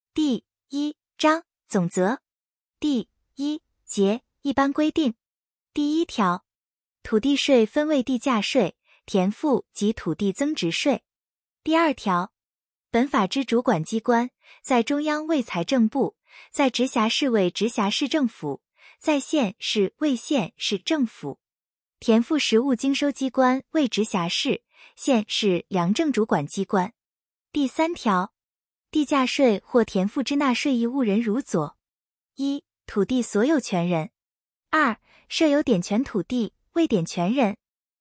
第1章总则。第1节一般规定。第1条，土地税分为地价税、田赋及土地增值税。第2条，本法之主管机关，在中央为财政部，在直辖市为直辖市政府，在县市为县市政府。田赋实物经收机关为直辖市、县市粮政主管机关。第3条，地价税或田赋之纳税义务人如左：1、土地所有权人； 2、设有典权土地未典权人；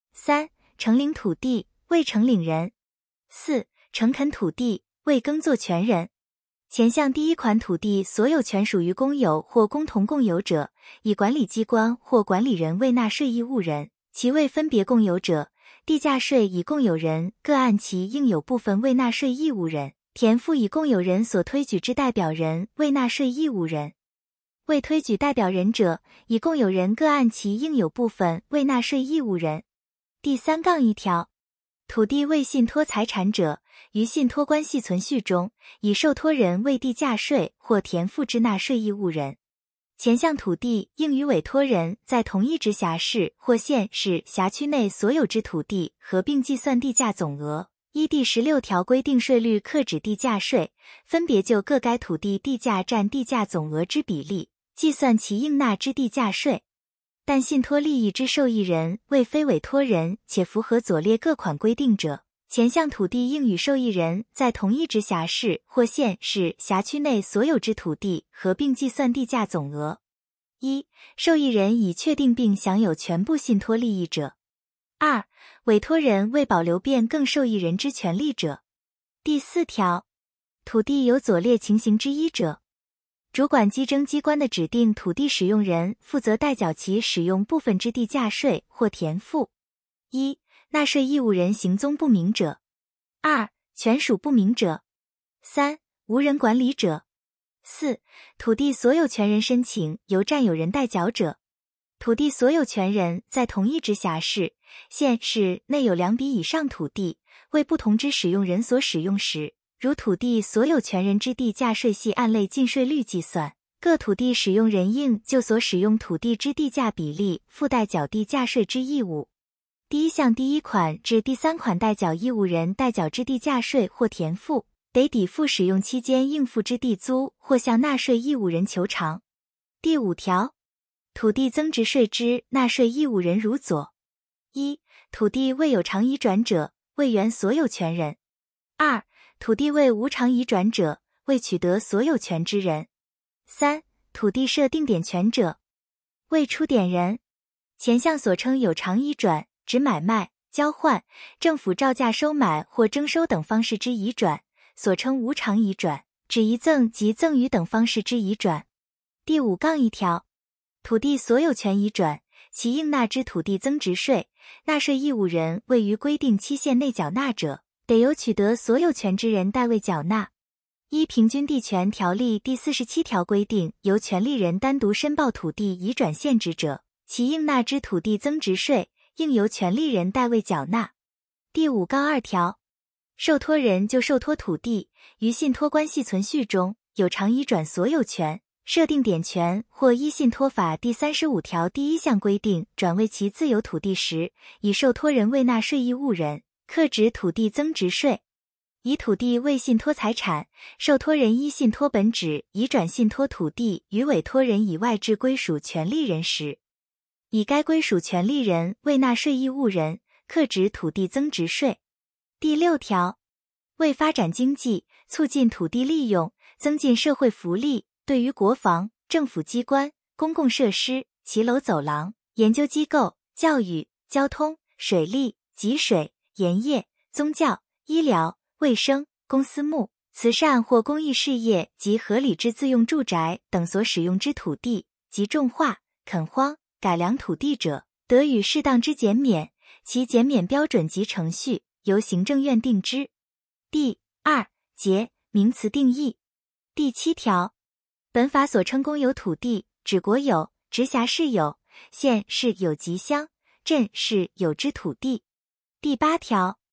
3、承领土地未承领人； 4、承垦土地未耕作权人。前项第1款土地所有权属于公有或共同共有者，以管理机关或管理人为纳税义务人，其未分别共有者，地价税以共有人各按其应有部分为纳税义务人，田赋以共有人所推举之代表人为纳税义务人。未推举代表人者，以共有人各按其应有部分为纳税义务人。第3-1条，土地未信托财产者，于信托关系存续中，以受托人为地价税或田赋之纳税义务人。前项土地应与委托人在同一直辖市或县市辖区内所有之土地合并计算地价总额，依第16条规定税率课徵地价税，分别就各该土地地价占地价总额之比例，计算其应纳之地价税。但信托利益之受益人为非委托人且符合左列各款规定者，前项土地应与受益人在同一直辖市或县市辖区内所有之土地合并计算地价总额。1、受益人已确定并享有全部信托利益者。2、委托人为保留变更受益人之权利者。第4条，土地有左列情形之一者，主管稽征机关的指定土地使用人负责代缴其使用部分之地价税或田赋。1、纳税义务人行踪不明者； 2、权属不明者； 3、无人管理者； 4、土地所有权人申请由占有人代缴者。土地所有权人在同一直辖市、县市内有2笔以上土地，为不同之使用人所使用时，如土地所有权人之地价税系按类进税率计算，各土地使用人应就所使用土地之地价比例附带缴地价税之义务。第1项第1款至第3款代缴义务人代缴之地价税或田赋，得抵付使用期间应付之地租或向纳税义务人求偿。第5条，土地增值税之纳税义务人如左：1、土地未有偿移转者，为原所有权人； 2、土地未无偿移转者，为取得所有权之人； 3、土地设定典权者，为出典人。前项所称有偿移转，指买卖、交换、政府照价收买或征收等方式之移转；所称无偿移转，指遗赠及赠与等方式之移转。第5-1条，土地所有权移转，其应纳之土地增值税，纳税义务人未于规定期限内缴纳者，得由取得所有权之人代为缴纳。依平均地权条例第47条规定，由权利人单独申报土地移转限制者，其应纳之土地增值税，应由权利人代为缴纳。第5-2条，受托人就受托土地于信托关系存续中有偿移转所有权，设定典权或依信托法第35条第1项规定转为其自有土地时，以受托人为纳税义务人，课徵土地增值税。以土地为信托财产，受托人依信托本旨移转信托土地与委托人以外之归属权利人时，以该归属权利人为纳税义务人，课徵土地增值税。第6条，为发展经济、促进土地利用、增进社会福利，对于国防、政府机关、公共设施、骑楼走廊、研究机构、教育、交通、水利、给水、盐业、宗教、医疗、卫生、公私募、慈善或公益事业及合理之自用住宅等所使用之土地及种化、垦荒、改良土地者，得予适当之减免，其减免标准及程序由行政院定之。第2节名词定义。第7条，本法所称公有土地，指国有、直辖市有、县市有及乡镇市有之土地。第8条，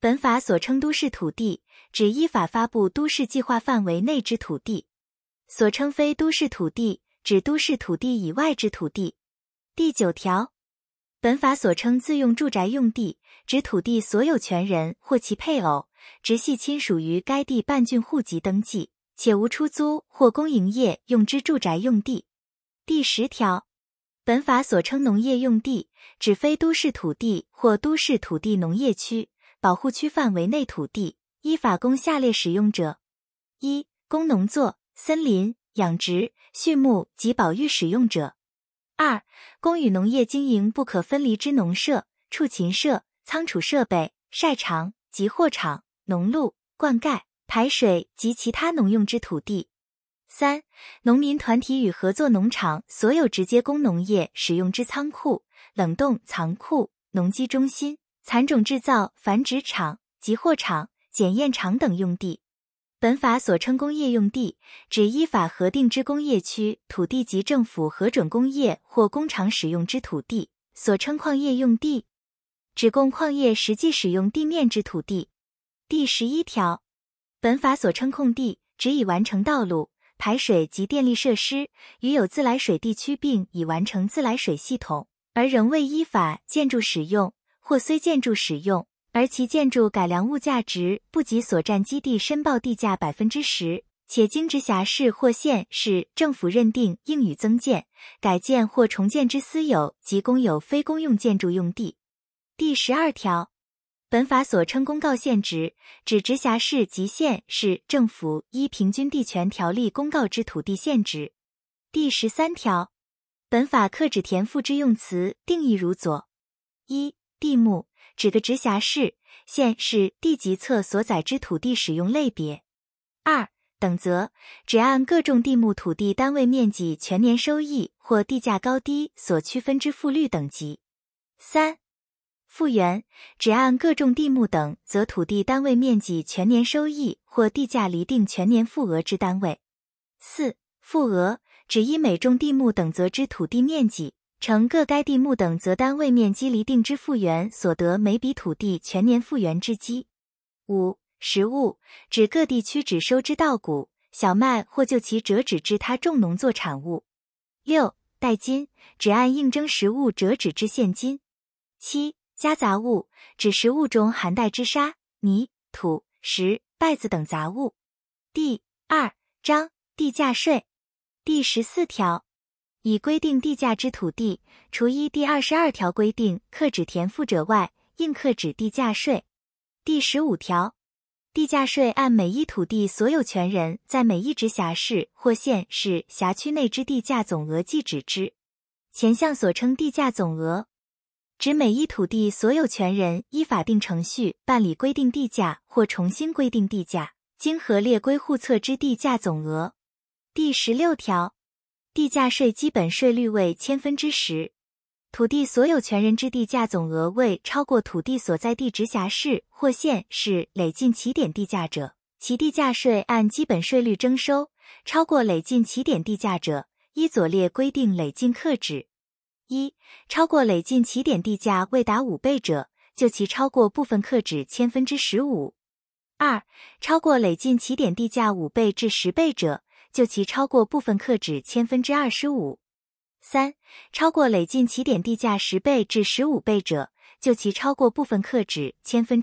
本法所称都市土地，指依法发布都市计划范围内之土地。所称非都市土地，指都市土地以外之土地。第9条，本法所称自用住宅用地，指土地所有权人或其配偶、直系亲属于该地办竣户籍登记，且无出租或公营业用之住宅用地。第10条，本法所称农业用地，指非都市土地或都市土地农业区、保护区范围内土地，依法供下列使用者：一、供农作、森林、养殖、畜牧及保育使用者；二、供与农业经营不可分离之农舍、畜禽舍、仓储设备、晒场、集货场、农路、灌溉、排水及其他农用之土地；三、农民团体与合作农场所有直接供农业使用之仓库、冷冻藏库、农机中心、蚕种制造繁殖场、集货场、检验场等用地。本法所称工业用地，指依法核定之工业区土地及政府核准工业或工厂使用之土地。所称矿业用地，指供矿业实际使用地面之土地。第11条，本法所称空地，指已完成道路、排水及电力设施，与有自来水地区并已完成自来水系统，而仍未依法建筑使用，或虽建筑使用，而其建筑改良物价值不及所占基地申报地价 10%， 且经直辖市或县市政府认定应予增建、改建或重建之私有及公有非公用建筑用地。第12条，本法所称公告现值，指直辖市及县市政府依平均地权条例公告之土地现值。第13条，本法克指田赋之用词定义如左：一、地目，指个直辖市、县市地级册所载之土地使用类别。二、等则，指按各种地目土地单位面积全年收益或地价高低所区分之赋率等级。三、复原，指按各种地目等则土地单位面积全年收益或地价厘定全年赋额之单位。四、复额，指依每种地目等则之土地面积，乘各该地目等则单位面积厘定之复原所得每笔土地全年复原之基。五、实物，指各地区只收之稻谷、小麦或就其折纸之他种农作产物。六、代金，指按应征实物折纸之现金。七、夹杂物，指实物中含带之沙、泥、土、石、稗子等杂物。第2章地价税。第14条，已规定地价之土地，除依第22条规定克指田赋者外，应克指地价税。第15条，地价税按每一土地所有权人在每一直辖市或县市辖区内之地价总额计止之。前项所称地价总额，指每一土地所有权人依法定程序办理规定地价或重新规定地价，经核列归户册之地价总额。第16条，地价税基本税率为1000%，土地所有权人之地价总额未超过土地所在地直辖市或县市累进起点地价者，其地价税按基本税率征收；超过累进起点地价者，依左列规定累进克止。一、超过累进起点地价未达5倍者，就其超过部分克止15%。二、超过累进起点地价5倍至10倍者，就其超过部分克止25%。三、超过累进起点地价10倍至15倍者，就其超过部分克止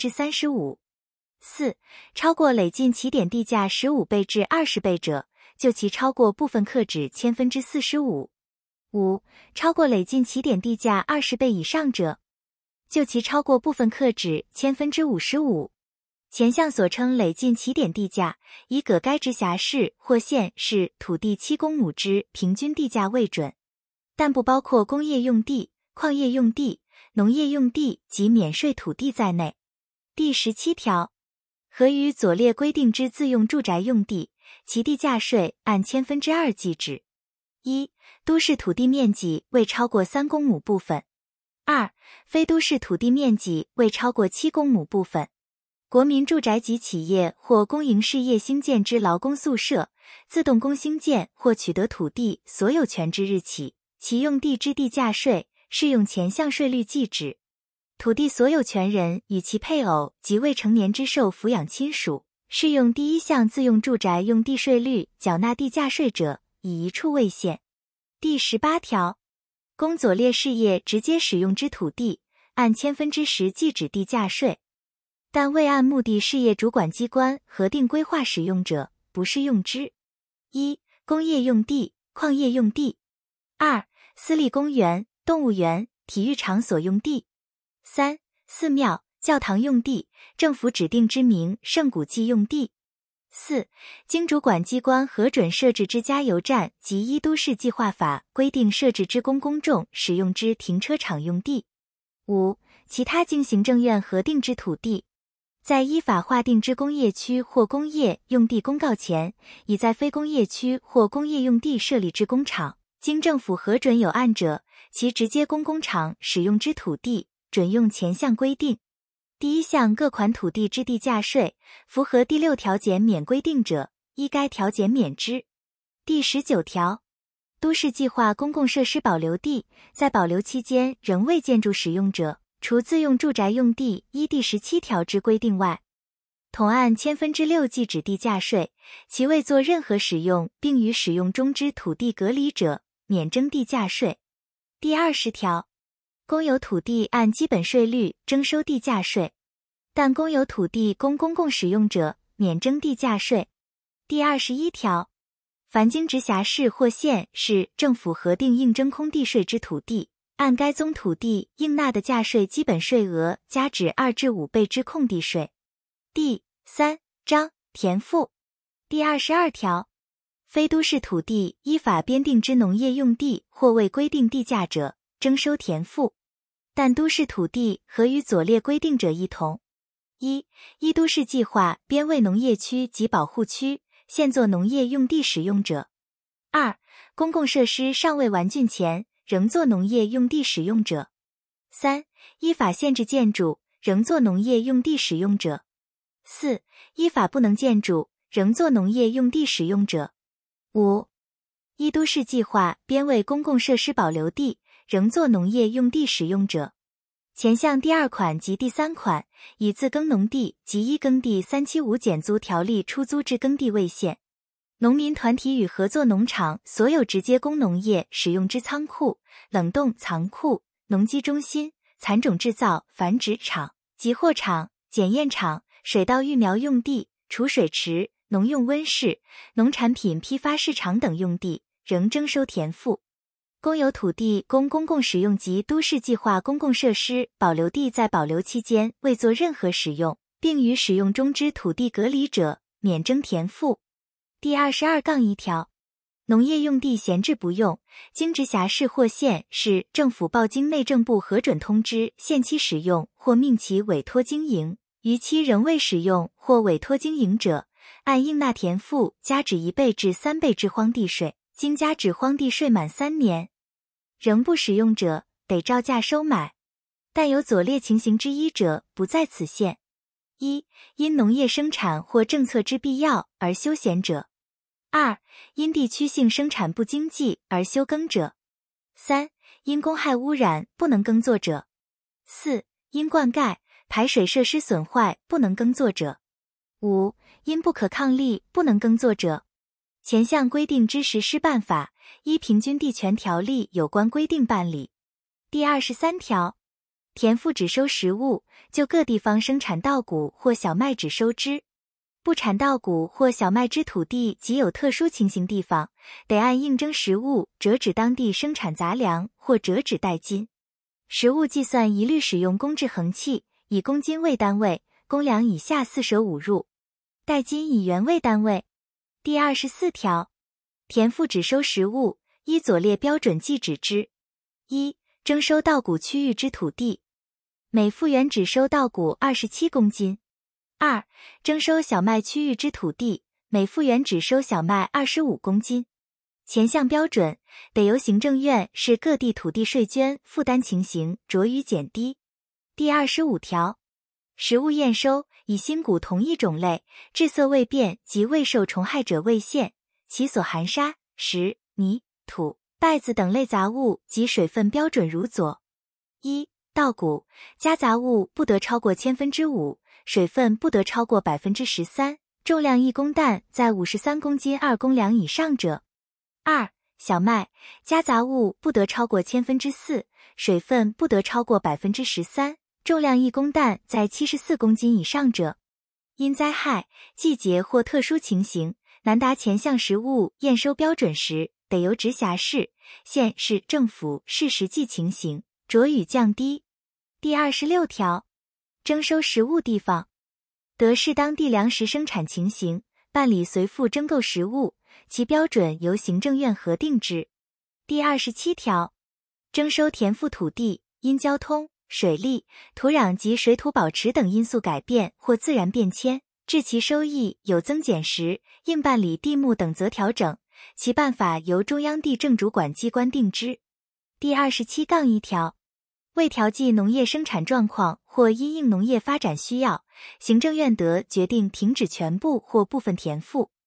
35%。四、超过累进起点地价15倍至20倍者，就其超过部分克止45%。五、超过累进起点地价20倍以上者，就其超过部分克止55%。前项所称累进起点地价，以各该直辖市或县市土地7公亩之平均地价为准，但不包括工业用地、矿业用地、农业用地及免税土地在内。第17条，合于左列规定之自用住宅用地，其地价税按2/1000计止。一、都市土地面积未超过3公亩部分。二、非都市土地面积未超过7公亩部分。国民住宅及企业或公营事业兴建之劳工宿舍、自动工兴建或取得土地所有权之日起，其用地之地价税适用前项税率计止。 土地所有权人与其配偶及未成年之受抚养亲属，适用第一项自用住宅用地税率缴纳地价税者，以一处为限。第18条，供左列事业直接使用之土地，按1000%计止地价税，但未按目的事业主管机关核定规划使用者，不适用之。一、工业用地、矿业用地；二、私立公园、动物园、体育场所用地；三、寺庙、教堂用地、政府指定之名胜古迹用地；四、经主管机关核准设置之加油站及依都市计划法规定设置之公众使用之停车场用地；五、其他经行政院核定之土地。在依法划定之工业区或工业用地公告前，已在非工业区或工业用地设立之工厂，经政府核准有案者，其直接供工厂使用之土地，准用前项规定。第一项各款土地之地价税，符合第6条减免规定者，依该条减免之。第19条，都市计划公共设施保留地，在保留期间仍未建筑使用者，除自用住宅用地依第17条之规定外，同按6/1000计止地价税，其未做任何使用并于使用中之土地隔离者，免征地价税。第20条，公有土地按基本税率征收地价税，但公有土地供公共使用者，免征地价税。第21条，凡经直辖市或县市政府核定应征空地税之土地，按该宗土地应纳的价税基本税额加止2至5倍之空地税。第3章田赋。第22条，非都市土地依法编定之农业用地或未规定地价者，征收田赋，但都市土地和与左列规定者一同：一、依都市计划编为农业区及保护区，现作农业用地使用者；二、公共设施尚未完竣前，仍作农业用地使用者；三、依法限制建筑，仍作农业用地使用者；四、依法不能建筑，仍作农业用地使用者；五、依都市计划编为公共设施保留地，仍作农业用地使用者。前项第2款及第3款，以自耕农地及依耕地375减租条例出租之耕地为限。农民团体与合作农场所有直接供农业使用之仓库、冷冻藏库、农机中心、蚕种制造繁殖场、集货场、检验场、水稻育苗用地、储水池、农用温室、农产品批发市场等用地，仍征收田赋。公有土地供公共使用及都市计划公共设施保留地在保留期间未做任何使用，并于使用中之土地隔离者，免征田赋。第22-1条，农业用地闲置不用，经直辖市或县市政府报经内政部核准通知限期使用或命其委托经营，逾期仍未使用或委托经营者，按应纳田赋加止1倍至3倍之荒地税，经加止荒地税满3年，仍不使用者，得照价收买。但有左列情形之一者，不在此限：一、因农业生产或政策之必要而休闲者；二、因地区性生产不经济而休耕者；三、因公害污染不能耕作者；四、因灌溉、排水设施损坏不能耕作者；五、因不可抗力不能耕作者。前项规定之实施办法，依平均地权条例有关规定办理。第23条，田赋只收实物，就各地方生产稻谷或小麦只收之。不产稻谷或小麦之土地及有特殊情形地方，得按应征实物折指当地生产杂粮或折指代金。实物计算一律使用公制衡器，以公斤为单位，公粮以下4舍5入，代金以元为单位。第24条，田赋只收实物，依左列标准计止之：一、征收稻谷区域之土地，每复原只收稻谷27公斤；二、征收小麦区域之土地，每复原只收小麦25公斤。前项标准得由行政院视各地土地税捐负担情形酌予减低。第25条，实物验收以新谷同一种类、质色未变及未受虫害者为限，其所含沙、石、泥、土、稗子等类杂物及水分标准如左：一、 稻谷夹杂物不得超过5%，水分不得超过13%，重量1公担在53公斤2公两以上者。2. 小麦夹杂物不得超过4%，水分不得超过13%，重量1公担在74公斤以上者。因灾害、季节或特殊情形，难达前项实物验收标准时，得由直辖市、县市政府视实际情形酌予降低。第26条，征收实物地方得视当地粮食生产情形办理随附征购实物，其标准由行政院核定之。第27条，征收田赋土地因交通、水利、土壤及水土保持等因素改变或自然变迁，致其收益有增减时，应办理地目等则调整，其办法由中央地政主管机关定之。第27-1条，为调剂农业生产状况或因应农业发展需要，行政院得决定停止全部或部分田赋，